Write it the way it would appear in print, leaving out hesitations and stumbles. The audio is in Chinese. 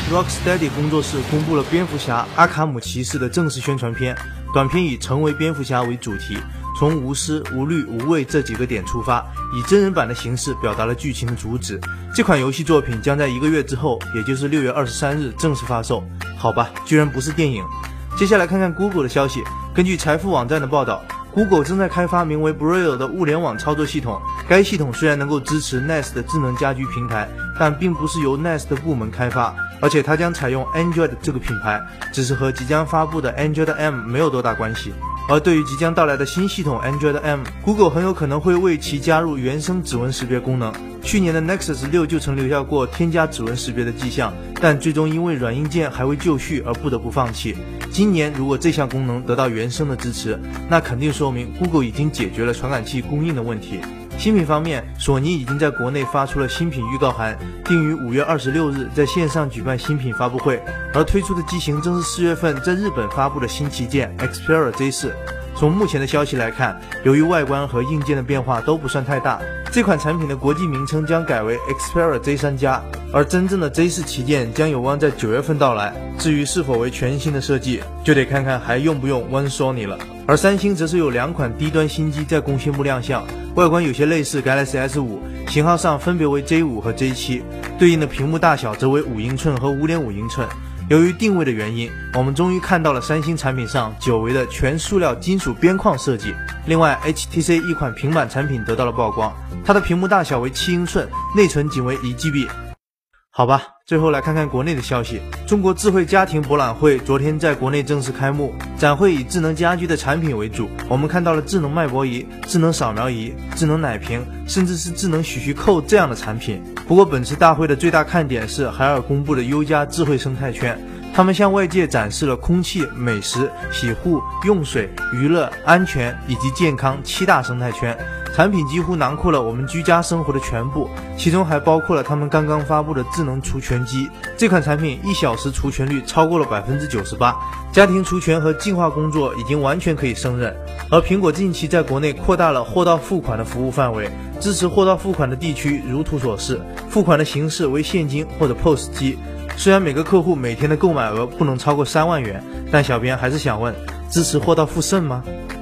Rocksteady 工作室公布了蝙蝠侠阿卡姆骑士的正式宣传片，短片以成为蝙蝠侠为主题，从无私、无虑、无畏这几个点出发，以真人版的形式表达了剧情的主旨。这款游戏作品将在1个月之后，也就是6月23日正式发售。好吧，居然不是电影。接下来看看 Google 的消息，根据财富网站的报道，Google 正在开发名为 Braille 的物联网操作系统。该系统虽然能够支持 Nest 的智能家居平台，但并不是由 Nest 的部门开发，而且它将采用 Android 这个品牌，只是和即将发布的 Android M 没有多大关系。而对于即将到来的新系统 Android M， Google 很有可能会为其加入原生指纹识别功能。去年的 Nexus 6就曾留下过添加指纹识别的迹象，但最终因为软硬件还未就绪而不得不放弃。今年如果这项功能得到原生的支持，那肯定说明 Google 已经解决了传感器供应的问题。新品方面，索尼已经在国内发出了新品预告函，定于5月26日在线上举办新品发布会，而推出的机型正是4月份在日本发布的新旗舰 Xperia J4。从目前的消息来看，由于外观和硬件的变化都不算太大，这款产品的国际名称将改为 Xperia J3 加，而真正的 J4 旗舰将有望在9月份到来。至于是否为全新的设计，就得看看还用不用 One Sony 了。而三星则是有2款低端新机在工信部亮相，外观有些类似 Galaxy S5， 型号上分别为 J5 和 J7， 对应的屏幕大小则为5英寸和 5.5英寸。由于定位的原因，我们终于看到了三星产品上久违的全塑料金属边框设计。另外 HTC 一款平板产品得到了曝光，它的屏幕大小为7英寸，内存仅为1GB。好吧，最后来看看国内的消息。中国智慧家庭博览会昨天在国内正式开幕，展会以智能家居的产品为主，我们看到了智能脉搏仪、智能扫描仪、智能奶瓶，甚至是智能洗漱扣这样的产品。不过本次大会的最大看点是海尔公布的优家智慧生态圈，他们向外界展示了空气、美食、洗护、用水、娱乐、安全以及健康7大生态圈。产品几乎囊括了我们居家生活的全部，其中还包括了他们刚刚发布的智能除醛机。这款产品1小时除醛率超过了 98%， 家庭除醛和净化工作已经完全可以胜任。而苹果近期在国内扩大了货到付款的服务范围，支持货到付款的地区如图所示，付款的形式为现金或者 POS 机。虽然每个客户每天的购买额不能超过3万元，但小编还是想问，支持货到付剩吗？